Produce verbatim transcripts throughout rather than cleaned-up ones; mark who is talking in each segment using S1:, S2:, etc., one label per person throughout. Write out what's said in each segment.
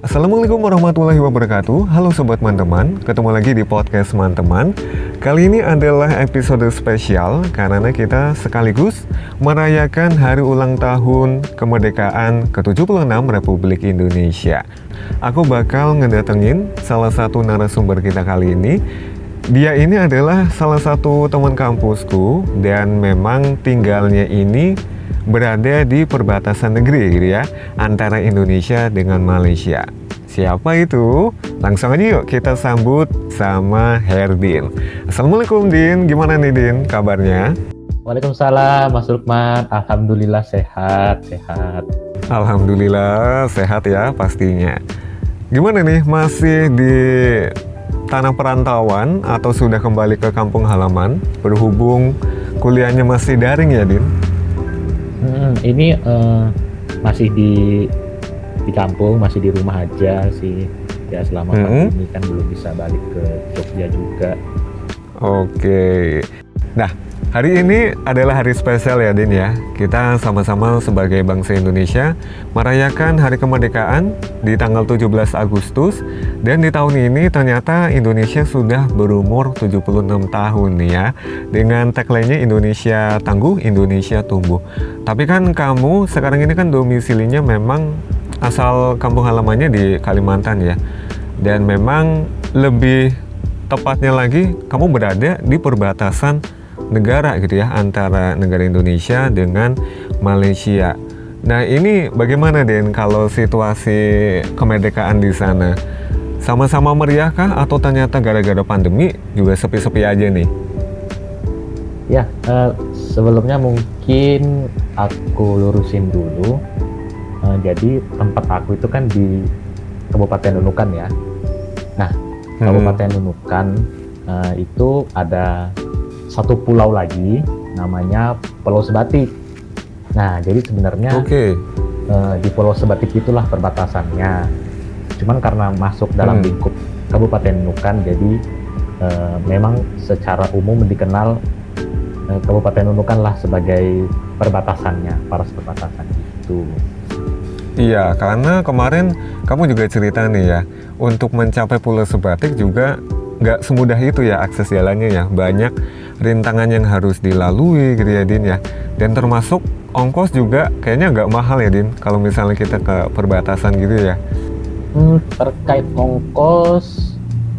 S1: Assalamualaikum warahmatullahi wabarakatuh. Halo Sobat Manteman, ketemu lagi di podcast Manteman. Kali ini adalah episode spesial karena kita sekaligus merayakan hari ulang tahun kemerdekaan ke tujuh puluh enam Republik Indonesia. Aku bakal ngedatengin salah satu narasumber kita kali ini. Dia ini adalah salah satu teman kampusku dan memang tinggalnya ini berada di perbatasan negeri gitu ya, antara Indonesia dengan Malaysia. Siapa itu? Langsung aja yuk kita sambut sama Herdin. Assalamualaikum Din, gimana nih Din kabarnya?
S2: Waalaikumsalam Mas Lukman, Alhamdulillah sehat, sehat.
S1: Alhamdulillah sehat ya pastinya. Gimana nih, masih di tanah perantauan atau sudah kembali ke kampung halaman? Berhubung kuliahnya masih daring ya Din?
S2: Hmm, ini uh, masih di di kampung, masih di rumah aja sih. Ya selama
S1: hmm.
S2: pandemi kan belum bisa balik ke Jogja juga.
S1: Oke. Nah, hari ini adalah hari spesial ya Din ya. Kita sama-sama sebagai bangsa Indonesia merayakan hari kemerdekaan di tanggal tujuh belas Agustus. Dan di tahun ini ternyata Indonesia sudah berumur tujuh puluh enam tahun nih ya. Dengan tagline-nya Indonesia Tangguh, Indonesia Tumbuh. Tapi kan kamu sekarang ini kan domisilinya memang asal kampung halamannya di Kalimantan ya. Dan memang lebih tepatnya lagi kamu berada di perbatasan negara gitu ya, antara negara Indonesia dengan Malaysia. Nah ini bagaimana Den kalau situasi kemerdekaan di sana? Sama-sama meriah kah atau ternyata gara-gara pandemi juga sepi-sepi aja nih?
S2: Ya, uh, sebelumnya mungkin aku lurusin dulu. Uh, jadi tempat aku itu kan di Kabupaten Nunukan ya. Nah, Kabupaten hmm. Nunukan uh, itu ada satu pulau lagi namanya Pulau Sebatik. Nah, jadi sebenarnya okay. uh, di Pulau Sebatik itulah perbatasannya. Cuman karena masuk dalam hmm. lingkup Kabupaten Nunukan, jadi uh, memang secara umum dikenal uh, Kabupaten Nunukan lah sebagai perbatasannya, paras perbatasan itu.
S1: Iya, karena kemarin kamu juga cerita nih ya, untuk mencapai Pulau Sebatik juga nggak semudah itu ya akses jalannya ya. Banyak rintangan yang harus dilalui gitu ya Din ya. Dan termasuk ongkos juga kayaknya nggak mahal ya Din, kalau misalnya kita ke perbatasan gitu ya.
S2: Hmm, terkait ongkos,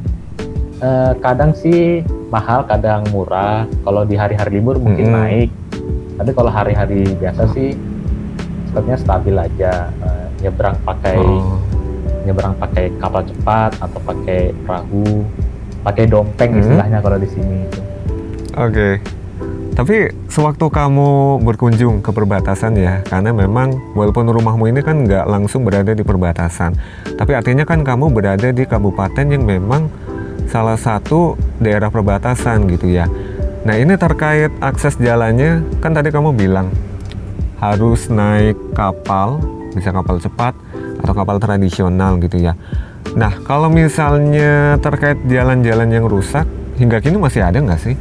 S2: eh, kadang sih mahal, kadang murah. Kalau di hari-hari libur mungkin hmm. naik. Tapi kalau hari-hari biasa sih sepertinya stabil aja. Eh, nyebrang pakai oh. nyebrang pakai kapal cepat atau pakai perahu, pakai dompeng hmm. istilahnya kalau di sini.
S1: Oke. Okay. Tapi sewaktu kamu berkunjung ke perbatasan ya, karena memang walaupun rumahmu ini kan nggak langsung berada di perbatasan, tapi artinya kan kamu berada di kabupaten yang memang salah satu daerah perbatasan gitu ya. Nah ini terkait akses jalannya, kan tadi kamu bilang harus naik kapal, bisa kapal cepat atau kapal tradisional gitu ya. Nah kalau misalnya terkait jalan-jalan yang rusak, hingga kini masih ada nggak sih?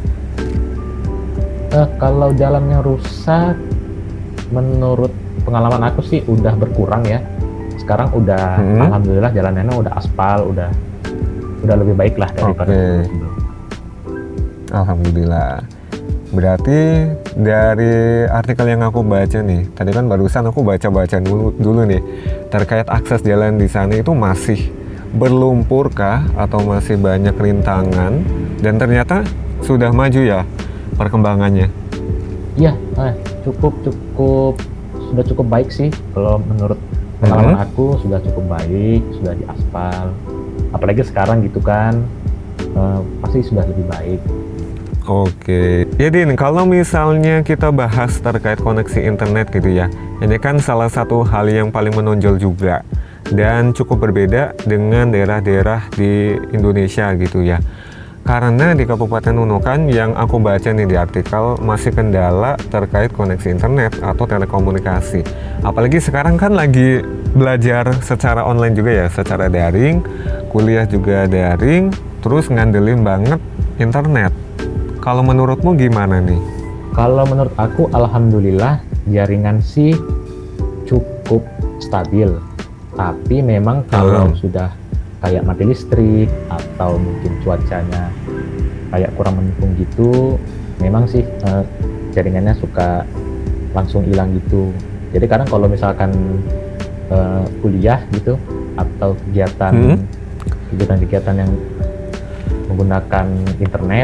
S2: Uh, kalau jalannya rusak, menurut pengalaman aku sih udah berkurang ya. Sekarang udah, hmm. alhamdulillah jalannya udah aspal, udah udah lebih baik lah daripada
S1: okay. sebelum. Alhamdulillah. Berarti dari artikel yang aku baca nih, tadi kan barusan aku baca-baca dulu dulu nih terkait akses jalan di sana itu masih berlumpur kah atau masih banyak rintangan, dan ternyata sudah maju ya perkembangannya.
S2: Iya, eh, cukup cukup sudah cukup baik sih kalau menurut pengalaman hmm. aku, sudah cukup baik, sudah diaspal. Apalagi sekarang gitu kan, eh, pasti sudah lebih baik.
S1: Oke, ya Din, kalau misalnya kita bahas terkait koneksi internet gitu ya, ini kan salah satu hal yang paling menonjol juga dan cukup berbeda dengan daerah-daerah di Indonesia gitu ya. Karena di Kabupaten Nunukan yang aku baca nih di artikel masih kendala terkait koneksi internet atau telekomunikasi. Apalagi sekarang kan lagi belajar secara online juga ya, secara daring, kuliah juga daring, terus ngandelin banget internet. Kalau menurutmu gimana nih?
S2: Kalau menurut aku alhamdulillah jaringan sih cukup stabil. Tapi memang kalau
S1: Hmm.
S2: sudah kayak mati listrik atau mungkin cuacanya kayak kurang mendukung gitu, memang sih eh, jaringannya suka langsung hilang gitu. Jadi kadang kalau misalkan eh, kuliah gitu atau kegiatan
S1: Hmm.
S2: kegiatan-kegiatan yang menggunakan internet,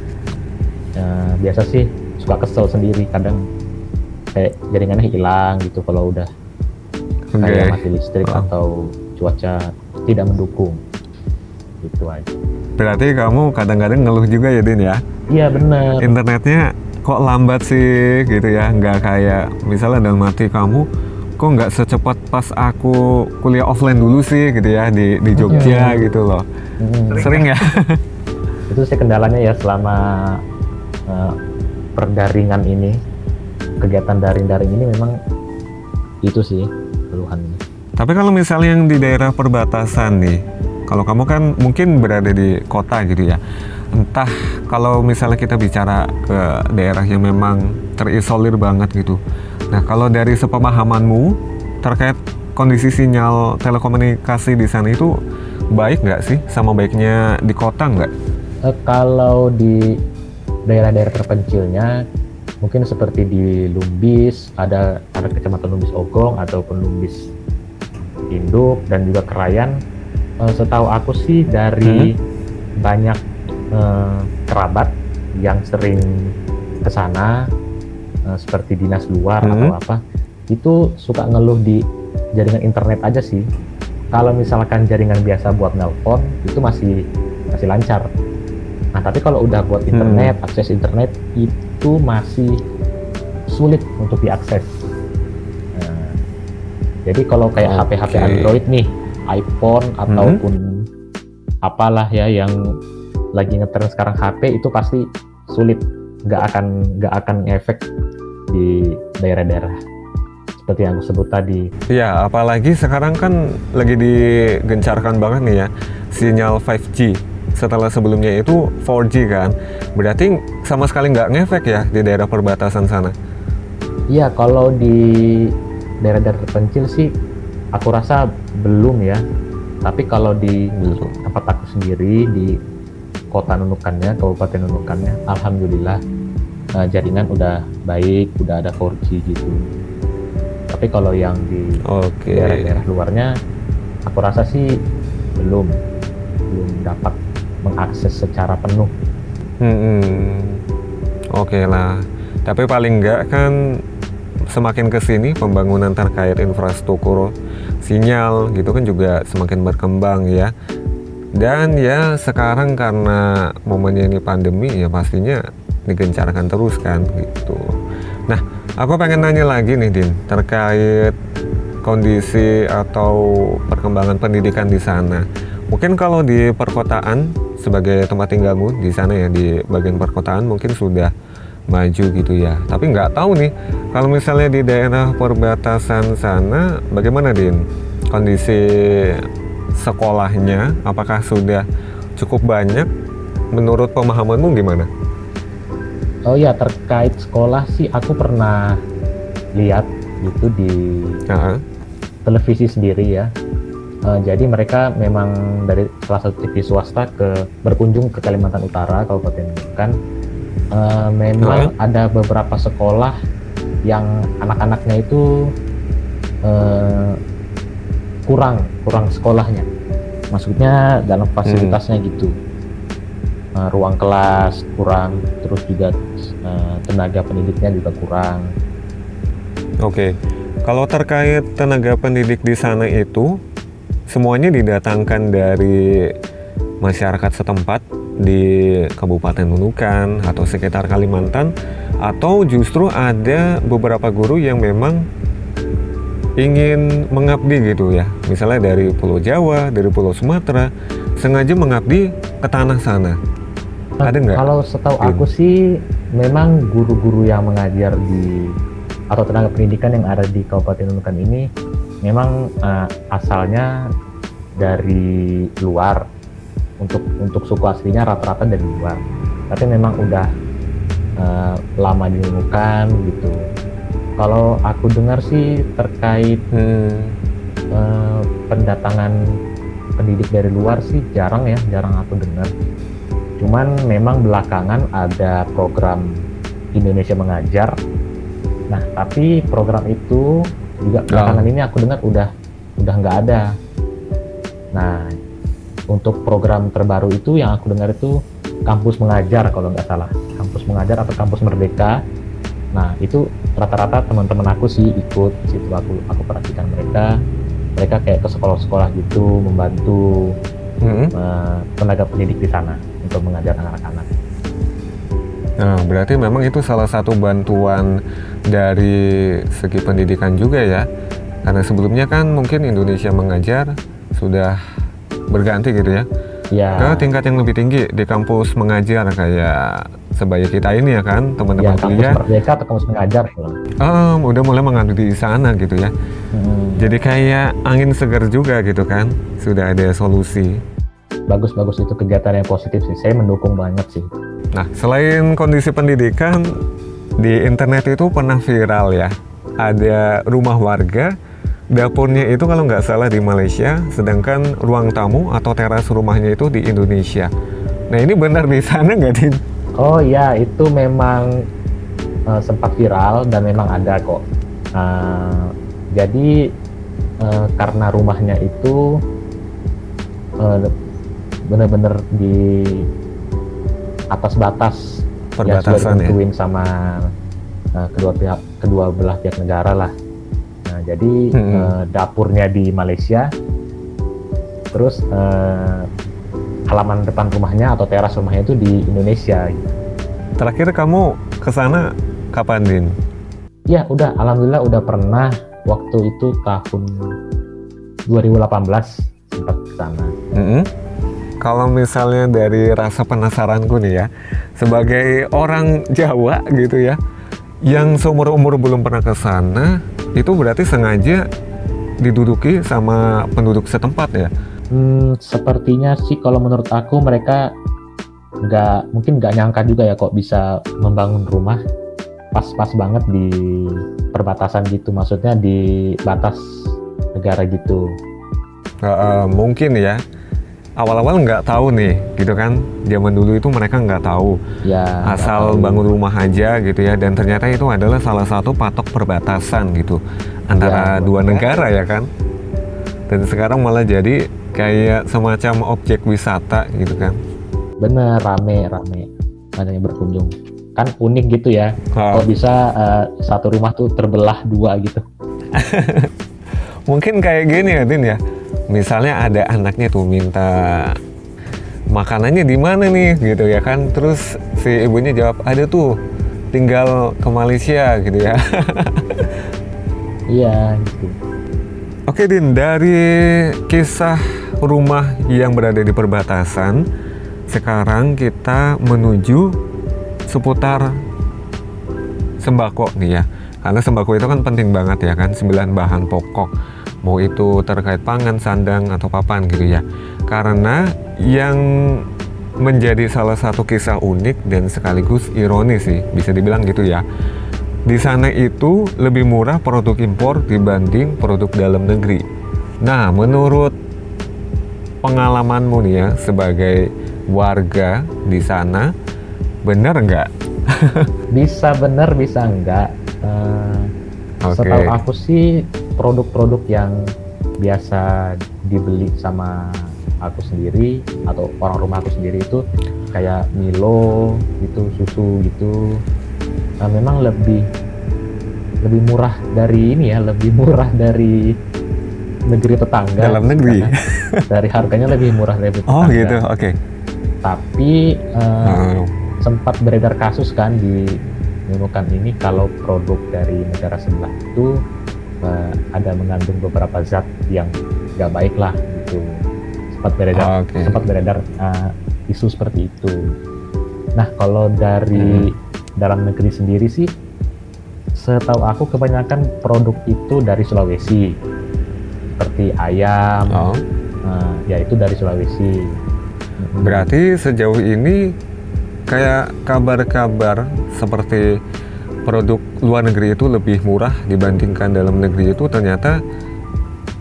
S2: eh, biasa sih suka kesel sendiri kadang kayak jaringannya hilang gitu kalau udah
S1: Oke.
S2: kayak mati listrik
S1: Oh.
S2: atau cuaca tidak mendukung gitu aja.
S1: Berarti kamu kadang-kadang ngeluh juga ya Din ya?
S2: Iya bener.
S1: Internetnya kok lambat sih gitu ya, nggak kayak misalnya dalam arti kamu kok nggak secepat pas aku kuliah offline dulu sih gitu ya di di Jogja
S2: Hmm.
S1: gitu loh.
S2: Hmm.
S1: Sering ya?
S2: Itu sih kendalanya ya selama eh, perdaringan ini, kegiatan daring-daring ini memang itu sih keluhannya.
S1: Tapi kalau misalnya yang di daerah perbatasan nih, kalau kamu kan mungkin berada di kota gitu ya, entah kalau misalnya kita bicara ke daerah yang memang terisolir banget gitu. Nah, kalau dari sepemahamanmu terkait kondisi sinyal telekomunikasi di sana itu baik nggak sih sama baiknya di kota nggak?
S2: Eh, kalau di daerah-daerah terpencilnya mungkin seperti di Lumbis, ada ada kecamatan Lumbis Ogong ataupun Lumbis Induk dan juga Kerayan. Eh, setahu aku sih dari banyak eh, kerabat yang sering ke sana eh, seperti dinas luar
S1: Hmm.
S2: atau apa, itu suka ngeluh di jaringan internet aja sih. Kalau misalkan jaringan biasa buat nelpon itu masih masih lancar. Nah, tapi kalau udah buat internet, akses internet itu masih sulit untuk diakses. Nah, jadi kalau kayak H P-H P
S1: Oke.
S2: Android nih, iPhone ataupun apalah ya yang lagi ngetren sekarang H P itu pasti sulit, nggak akan nggak akan ngefek di daerah-daerah seperti yang aku sebut tadi.
S1: Iya, apalagi sekarang kan lagi digencarkan banget nih ya sinyal lima G. Setelah sebelumnya itu empat G kan, berarti sama sekali nggak ngefek ya di daerah perbatasan sana.
S2: Iya, kalau di daerah-daerah terpencil sih aku rasa belum ya. Tapi kalau di
S1: Belum.
S2: tempat aku sendiri di kota Nunukannya, Kabupaten Nunukannya, alhamdulillah eh, jaringan udah baik, udah ada empat G gitu. Tapi kalau yang di
S1: Oke.
S2: daerah-daerah luarnya, aku rasa sih belum belum dapat mengakses secara penuh.
S1: Hmm, oke lah. Tapi paling nggak kan semakin kesini pembangunan terkait infrastruktur sinyal gitu kan juga semakin berkembang ya. Dan ya sekarang karena momennya ini pandemi ya pastinya digencarkan terus kan gitu. Nah, aku pengen nanya lagi nih Din terkait kondisi atau perkembangan pendidikan di sana. Mungkin kalau di perkotaan sebagai tempat tinggalmu di sana ya di bagian perkotaan mungkin sudah maju gitu ya. Tapi nggak tahu nih kalau misalnya di daerah perbatasan sana bagaimana Din kondisi sekolahnya? Apakah sudah cukup banyak? Menurut pemahamanmu gimana?
S2: Oh ya, terkait sekolah sih aku pernah lihat gitu di
S1: Nah,
S2: televisi sendiri ya. Eh, jadi mereka memang dari salah satu T V swasta ke berkunjung ke Kalimantan Utara, Kabupaten Nunukan. Eh, memang ada beberapa sekolah yang anak-anaknya itu eh, kurang kurang sekolahnya. Maksudnya dalam fasilitasnya gitu. Eh, ruang kelas kurang, terus juga eh, tenaga pendidiknya juga kurang.
S1: oke. Kalau terkait tenaga pendidik di sana itu semuanya didatangkan dari masyarakat setempat di Kabupaten Nunukan atau sekitar Kalimantan, atau justru ada beberapa guru yang memang ingin mengabdi gitu ya, misalnya dari Pulau Jawa, dari Pulau Sumatera, sengaja mengabdi ke tanah sana. Ada nggak?
S2: Kalau setahu
S1: Din?
S2: aku sih memang guru-guru yang mengajar di atau tenaga pendidikan yang ada di Kabupaten Nunukan ini memang eh, asalnya dari luar. Untuk untuk suku aslinya rata-rata dari luar. Tapi memang udah eh, lama di Nunukan gitu. Kalau aku dengar sih terkait
S1: Hmm,
S2: eh, pendatangan pendidik dari luar sih jarang ya, jarang aku dengar. Cuman memang belakangan ada program Indonesia Mengajar. Nah, tapi program itu juga belakangan
S1: Oh.
S2: ini aku dengar udah udah nggak ada. Nah, untuk program terbaru itu yang aku dengar itu Kampus Mengajar kalau nggak salah. Kampus Mengajar atau Kampus Merdeka. Nah, itu rata-rata teman-teman aku sih ikut situ. Aku aku perhatikan mereka. Mereka kayak ke sekolah-sekolah gitu, membantu
S1: Mm-mm.
S2: uh, tenaga pendidik di sana untuk mengajar anak-anak.
S1: Nah, berarti memang itu salah satu bantuan dari segi pendidikan juga ya. Karena sebelumnya kan mungkin Indonesia Mengajar sudah berganti gitu ya.
S2: Ya,
S1: Ke tingkat yang lebih tinggi di kampus mengajar kayak sebaya kita ini ya kan,
S2: ya
S1: teman-teman
S2: Kampus
S1: kuliah.
S2: Merdeka atau Kampus Mengajar.
S1: Um, udah mulai mengabdi di sana gitu ya.
S2: Hmm,
S1: Jadi kayak angin segar juga gitu kan. Sudah ada solusi.
S2: bagus-bagus itu kegiatan yang positif sih. Saya mendukung banget sih.
S1: Nah, selain kondisi pendidikan, di internet itu pernah viral ya. Ada rumah warga, dapurnya itu kalau nggak salah di Malaysia, sedangkan ruang tamu atau teras rumahnya itu di Indonesia. Nah, ini benar di sana nggak, Din?
S2: Oh iya, itu memang uh, sempat viral dan memang ada kok. Uh, jadi uh, karena rumahnya itu uh, benar-benar di atas batas yang sudah
S1: Perbatasan ya?
S2: ditentuin sama uh, kedua pihak, kedua belah pihak negara lah. Nah, jadi
S1: Hmm.
S2: uh, dapurnya di Malaysia, terus uh, halaman depan rumahnya atau teras rumahnya itu di Indonesia.
S1: Terakhir kamu ke sana kapan, Din?
S2: Ya udah, alhamdulillah udah pernah. Waktu itu tahun dua ribu delapan belas sempat ke sana.
S1: Mm-mm. Kalau misalnya dari rasa penasaranku nih ya, sebagai orang Jawa gitu ya, yang seumur-umur belum pernah ke sana, itu berarti sengaja diduduki sama penduduk setempat ya?
S2: Hmm, sepertinya sih kalau menurut aku mereka nggak, mungkin nggak nyangka juga ya kok bisa membangun rumah pas-pas banget di perbatasan gitu, maksudnya di batas negara gitu.
S1: Uh, uh, mungkin ya, awal-awal nggak tahu nih gitu kan, zaman dulu itu mereka nggak tahu,
S2: Ya nggak
S1: asal
S2: tahu.
S1: bangun rumah aja gitu ya, dan ternyata itu adalah salah satu patok perbatasan gitu antara
S2: Ya,
S1: dua
S2: benar.
S1: negara ya kan. Dan sekarang malah jadi kayak semacam objek wisata gitu kan.
S2: Bener, rame rame banyak yang berkunjung, kan unik gitu ya.
S1: Oh,
S2: Kok bisa uh, satu rumah tuh terbelah dua gitu.
S1: mungkin kayak gini ya, Din ya, misalnya ada anaknya tuh minta makanannya di mana nih gitu ya kan, terus si ibunya jawab ada tuh, tinggal ke Malaysia gitu ya.
S2: Iya gitu.
S1: Oke, Din, dari kisah rumah yang berada di perbatasan, sekarang kita menuju seputar sembako nih ya. Karena sembako itu kan penting banget ya kan, sembilan bahan pokok. Mau itu terkait pangan, sandang, atau papan gitu ya. Karena yang menjadi salah satu kisah unik dan sekaligus ironis sih, bisa dibilang gitu ya. Di sana itu lebih murah produk impor dibanding produk dalam negeri. Nah, menurut pengalamanmu nih ya sebagai warga di sana, benar nggak?
S2: Bisa bener bisa enggak. Uh,
S1: Oke.
S2: Setahu aku sih produk-produk yang biasa dibeli sama aku sendiri atau orang rumah aku sendiri itu kayak Milo gitu, susu gitu. Nah, memang lebih lebih murah dari ini ya, lebih murah dari negeri tetangga.
S1: Dalam negeri?
S2: Karena dari harganya lebih murah dari tetangga.
S1: Oh gitu, oke.
S2: Tapi uh,
S1: Oh.
S2: sempat beredar kasus kan di menemukan ini kalau produk dari negara sebelah itu uh, ada mengandung beberapa zat yang nggak baik lah gitu. Sempat beredar,
S1: Oh, oke.
S2: sempat beredar uh, isu seperti itu. Nah, kalau dari
S1: Hmm.
S2: dalam negeri sendiri sih, setahu aku kebanyakan produk itu dari Sulawesi, seperti ayam,
S1: Oh.
S2: uh, ya itu dari Sulawesi.
S1: Berarti sejauh ini kayak kabar-kabar seperti produk luar negeri itu lebih murah dibandingkan dalam negeri itu ternyata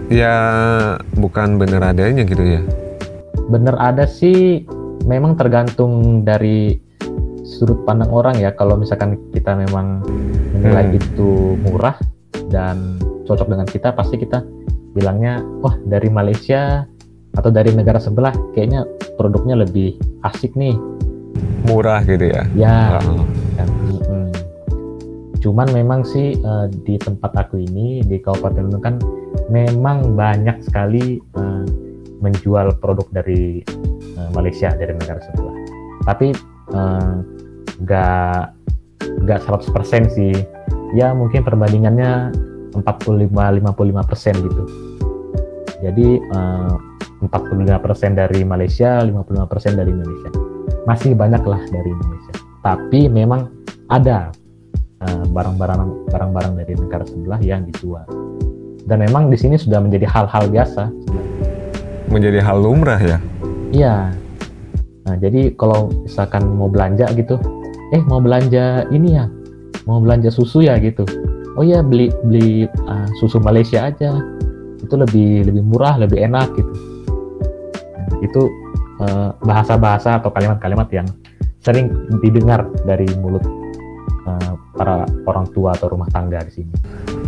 S1: Ya bukan bener adanya gitu ya?
S2: Bener ada sih, memang tergantung dari sudut pandang orang ya. Kalau misalkan kita memang menilai
S1: Hmm.
S2: itu murah dan cocok dengan kita, pasti kita bilangnya, wah dari Malaysia atau dari negara sebelah kayaknya produknya lebih asik nih.
S1: Murah gitu ya?
S2: Ya,
S1: Oh.
S2: kan. Mm-mm. Cuman memang sih eh, di tempat aku ini di Kabupaten Nunukan memang banyak sekali eh, menjual produk dari eh, Malaysia, dari negara sebelah. Tapi eh, nggak nggak seratus persen sih. Ya mungkin perbandingannya empat puluh lima lima puluh lima persen gitu. Jadi eh, empat puluh lima persen dari Malaysia, lima puluh lima persen dari Indonesia. Masih banyak lah dari Indonesia. Tapi memang ada eh, barang-barang barang-barang dari negara sebelah yang dijual. Dan memang di sini sudah menjadi hal-hal biasa.
S1: Menjadi hal lumrah ya?
S2: Iya. Nah, jadi kalau misalkan mau belanja gitu, eh mau belanja ini ya, mau belanja susu ya gitu. Oh ya beli beli uh, susu Malaysia aja. Itu lebih lebih murah, lebih enak gitu. Nah, itu uh, bahasa-bahasa atau kalimat-kalimat yang sering didengar dari mulut uh, para orang tua atau rumah tangga di sini.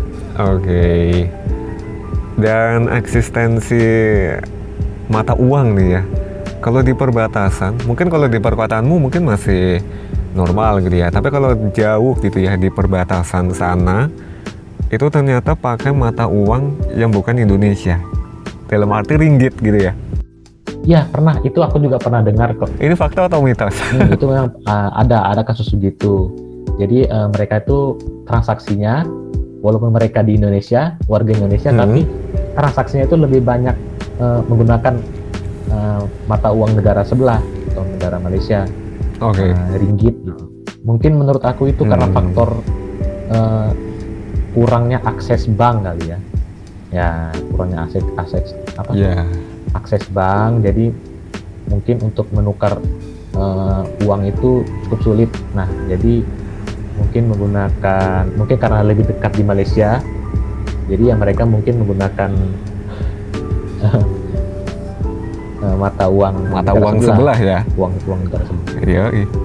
S1: Oke. Dan eksistensi mata uang nih ya. Kalau di perbatasan, mungkin kalau di perkotaanmu mungkin masih normal gitu ya. Tapi kalau jauh gitu ya di perbatasan sana, itu ternyata pakai mata uang yang bukan Indonesia. Dalam arti ringgit gitu ya.
S2: Ya pernah, itu aku juga pernah dengar kok.
S1: Ini fakta atau mitos?
S2: Hmm, itu memang uh, ada ada kasus begitu. Jadi uh, mereka itu transaksinya, walaupun mereka di Indonesia, warga Indonesia,
S1: Hmm.
S2: tapi transaksinya itu lebih banyak uh, menggunakan uh, mata uang negara sebelah atau negara Malaysia,
S1: Oke.
S2: uh, ringgit gitu. Mungkin menurut aku itu karena
S1: Hmm.
S2: faktor uh, kurangnya akses bank kali ya. Ya kurangnya akses akses apa?
S1: Ya.
S2: akses bank, jadi mungkin untuk menukar uh, uang itu cukup sulit. Nah, jadi mungkin menggunakan, mungkin karena lebih dekat di Malaysia, jadi ya mereka mungkin menggunakan uh, mata uang
S1: Mata
S2: negara
S1: uang sebelah ya.
S2: uang uang negara sebelah.
S1: Iya.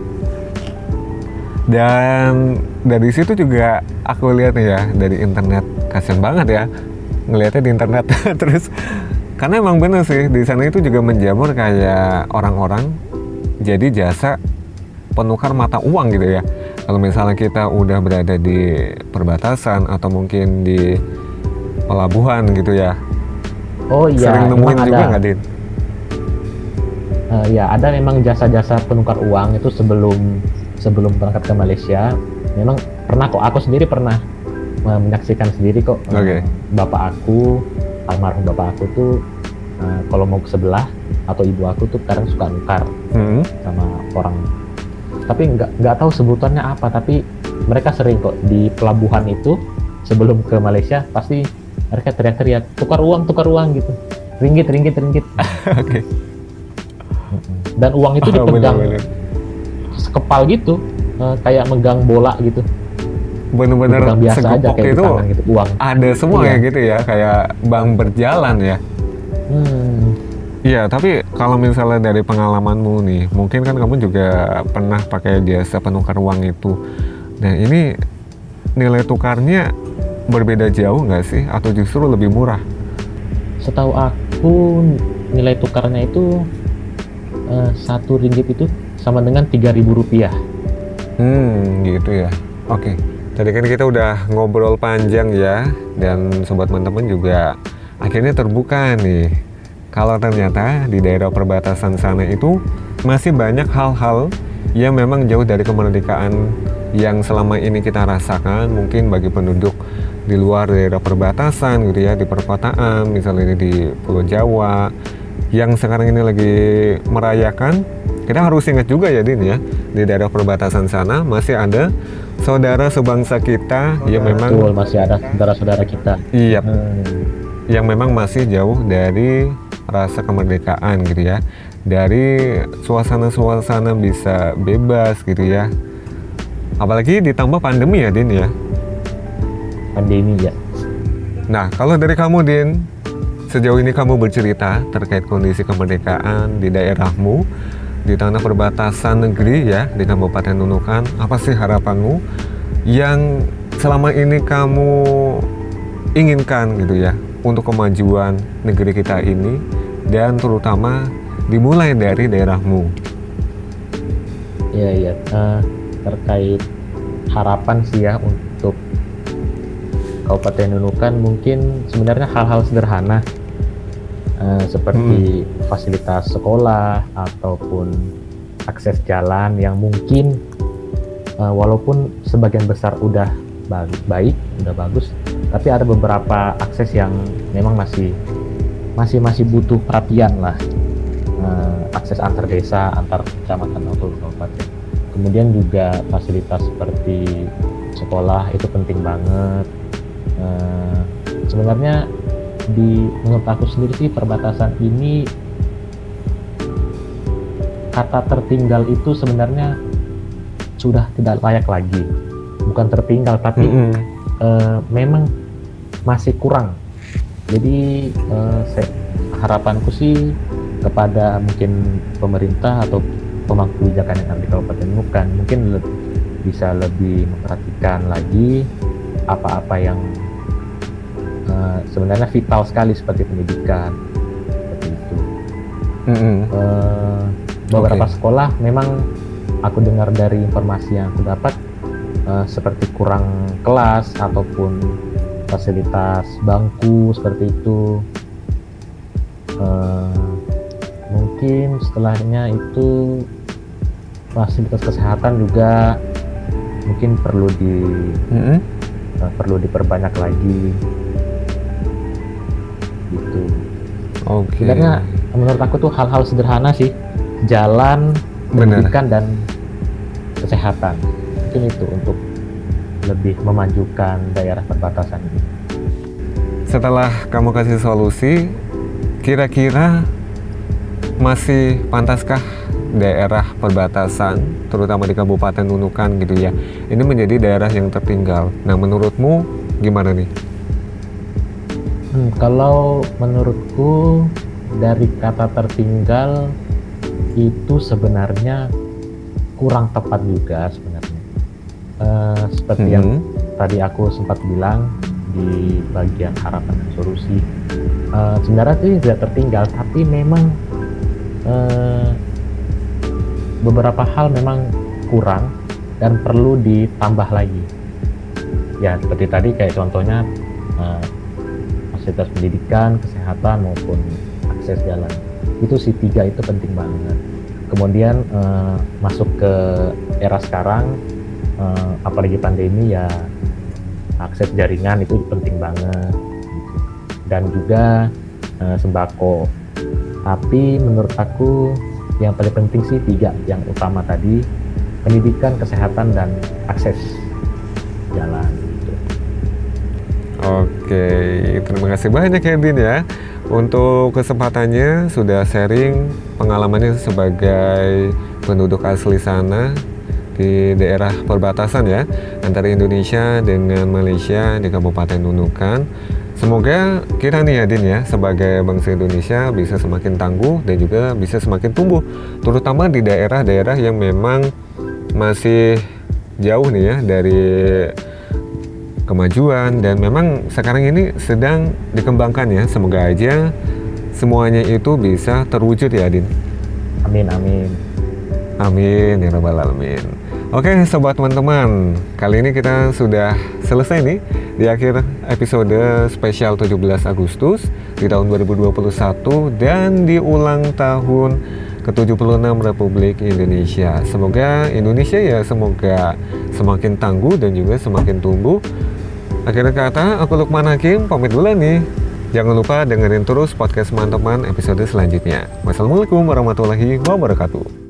S1: Dan dari situ juga aku lihat nih ya, dari internet, kasian banget ya ngelihatnya di internet. Terus karena emang bener sih di sana itu juga menjamur kayak orang-orang jadi jasa penukar mata uang gitu ya. Kalau misalnya kita udah berada di perbatasan atau mungkin di pelabuhan gitu ya,
S2: Oh iya,
S1: sering nemuin
S2: memang
S1: juga
S2: ada.
S1: nggak Din?
S2: Uh, ya ada memang jasa-jasa penukar uang itu sebelum sebelum berangkat ke Malaysia. Memang pernah kok, aku sendiri pernah uh, menyaksikan sendiri kok. Uh,
S1: Oke.
S2: Bapak aku, almarhum bapak aku tuh uh, kalau mau ke sebelah atau ibu aku tuh kadang suka nukar
S1: Hmm.
S2: sama orang. Tapi nggak nggak tahu sebutannya apa. Tapi mereka sering kok di pelabuhan itu sebelum ke Malaysia pasti mereka teriak-teriak tukar uang tukar uang gitu, ringgit ringgit ringgit.
S1: Oke.
S2: Dan uang itu
S1: Oh,
S2: dipegang
S1: bener-bener.
S2: sekepal gitu, eh, kayak megang bola gitu.
S1: Bener-bener
S2: Dipegang biasa aja
S1: segepok
S2: kayak di
S1: itu
S2: tangan gitu, uang.
S1: ada semua
S2: Iya.
S1: ya gitu ya, kayak bank berjalan ya.
S2: Hmm.
S1: Iya, tapi kalau misalnya dari pengalamanmu nih, mungkin kan kamu juga pernah pakai jasa penukar uang itu. Nah ini nilai tukarnya berbeda jauh nggak sih, atau justru lebih murah?
S2: Setahu aku nilai tukarnya itu eh, satu ringgit itu sama dengan tiga ribu rupiah.
S1: Hmm, gitu ya. Oke. Tadi kan kita udah ngobrol panjang ya, dan sobat teman-teman juga akhirnya terbuka nih. Kalau ternyata di daerah perbatasan sana itu masih banyak hal-hal yang memang jauh dari kemerdekaan yang selama ini kita rasakan, mungkin bagi penduduk di luar daerah perbatasan gitu ya, di perkotaan, misalnya di Pulau Jawa, yang sekarang ini lagi merayakan. Kita harus ingat juga ya Din ya, di daerah perbatasan sana masih ada saudara sebangsa kita yang memang
S2: Betul, masih ada saudara-saudara kita.
S1: iya,
S2: Hmm.
S1: yang memang masih jauh dari rasa kemerdekaan gitu ya, dari suasana-suasana bisa bebas gitu ya, apalagi ditambah pandemi ya Din ya.
S2: Pandemi ya.
S1: Nah kalau dari kamu Din, sejauh ini kamu bercerita terkait kondisi kemerdekaan di daerahmu, di tanah perbatasan negeri ya, di Kabupaten Nunukan. Apa sih harapanmu yang selama ini kamu inginkan gitu ya untuk kemajuan negeri kita ini, dan terutama dimulai dari daerahmu?
S2: Iya, iya. Uh, terkait harapan sih ya untuk Kabupaten Nunukan, mungkin sebenarnya hal-hal sederhana uh, seperti hmm. fasilitas sekolah ataupun akses jalan yang mungkin uh, walaupun sebagian besar udah baik, udah bagus, tapi ada beberapa akses yang memang masih masih masih butuh perhatian lah. Uh, akses antar desa, antar kecamatan atau kabupaten. Kemudian juga fasilitas seperti sekolah itu penting banget. Uh, sebenarnya di menurut aku sendiri sih perbatasan ini kata tertinggal itu sebenarnya sudah tidak layak lagi. Bukan tertinggal tapi mm-hmm. uh, memang masih kurang. Jadi uh, saya, harapanku sih kepada mungkin pemerintah atau pemangku kebijakan yang ada di Kabupaten Nunukan mungkin le- bisa lebih memperhatikan lagi apa-apa yang uh, sebenarnya vital sekali seperti pendidikan seperti itu. Mm-hmm. Uh, beberapa okay. sekolah memang aku dengar dari informasi yang aku dapat uh, seperti kurang kelas ataupun fasilitas bangku seperti itu. Uh, mungkin setelahnya itu fasilitas kesehatan juga mungkin perlu di mm-hmm. uh, perlu diperbanyak lagi gitu.
S1: Oke. Okay.
S2: Sebenarnya menurut aku tuh hal-hal sederhana sih, jalan, pendidikan dan kesehatan. Mungkin itu untuk lebih memajukan daerah perbatasan ini.
S1: Setelah kamu kasih solusi, kira-kira masih pantaskah daerah perbatasan, terutama di Kabupaten Nunukan gitu ya, ini menjadi daerah yang tertinggal? Nah, menurutmu gimana nih?
S2: Hmm, kalau menurutku dari kata tertinggal itu sebenarnya kurang tepat juga sebenarnya. Uh, seperti mm-hmm. yang tadi aku sempat bilang di bagian harapan dan solusi, uh, sebenarnya itu tidak tertinggal, tapi memang uh, beberapa hal memang kurang dan perlu ditambah lagi. Ya seperti tadi kayak contohnya uh, fasilitas pendidikan, kesehatan maupun akses jalan. Itu si tiga itu penting banget. Kemudian uh, masuk ke era sekarang, uh, apalagi pandemi ya, akses jaringan itu penting banget gitu. Dan juga uh, sembako. Tapi menurut aku yang paling penting sih tiga yang utama tadi, pendidikan, kesehatan, dan akses jalan gitu.
S1: Oke, terima kasih banyak ya Din ya untuk kesempatannya, sudah sharing pengalamannya sebagai penduduk asli sana di daerah perbatasan ya antara Indonesia dengan Malaysia di Kabupaten Nunukan. Semoga kita nih ya Din ya sebagai bangsa Indonesia bisa semakin tangguh dan juga bisa semakin tumbuh, terutama di daerah-daerah yang memang masih jauh nih ya dari kemajuan dan memang sekarang ini sedang dikembangkan ya. Semoga aja semuanya itu bisa terwujud ya Din.
S2: Amin amin.
S1: Amin ya rabbal alamin. Oke sobat teman-teman, kali ini kita sudah selesai nih di akhir episode spesial tujuh belas Agustus di tahun dua ribu dua puluh satu dan di ulang tahun ke tujuh puluh enam Republik Indonesia. Semoga Indonesia ya semoga semakin tangguh dan juga semakin tumbuh. Akhir kata, aku Lukman Hakim pamit dulu nih. Jangan lupa dengerin terus podcast Mantap Man episode selanjutnya. Wassalamualaikum warahmatullahi wabarakatuh.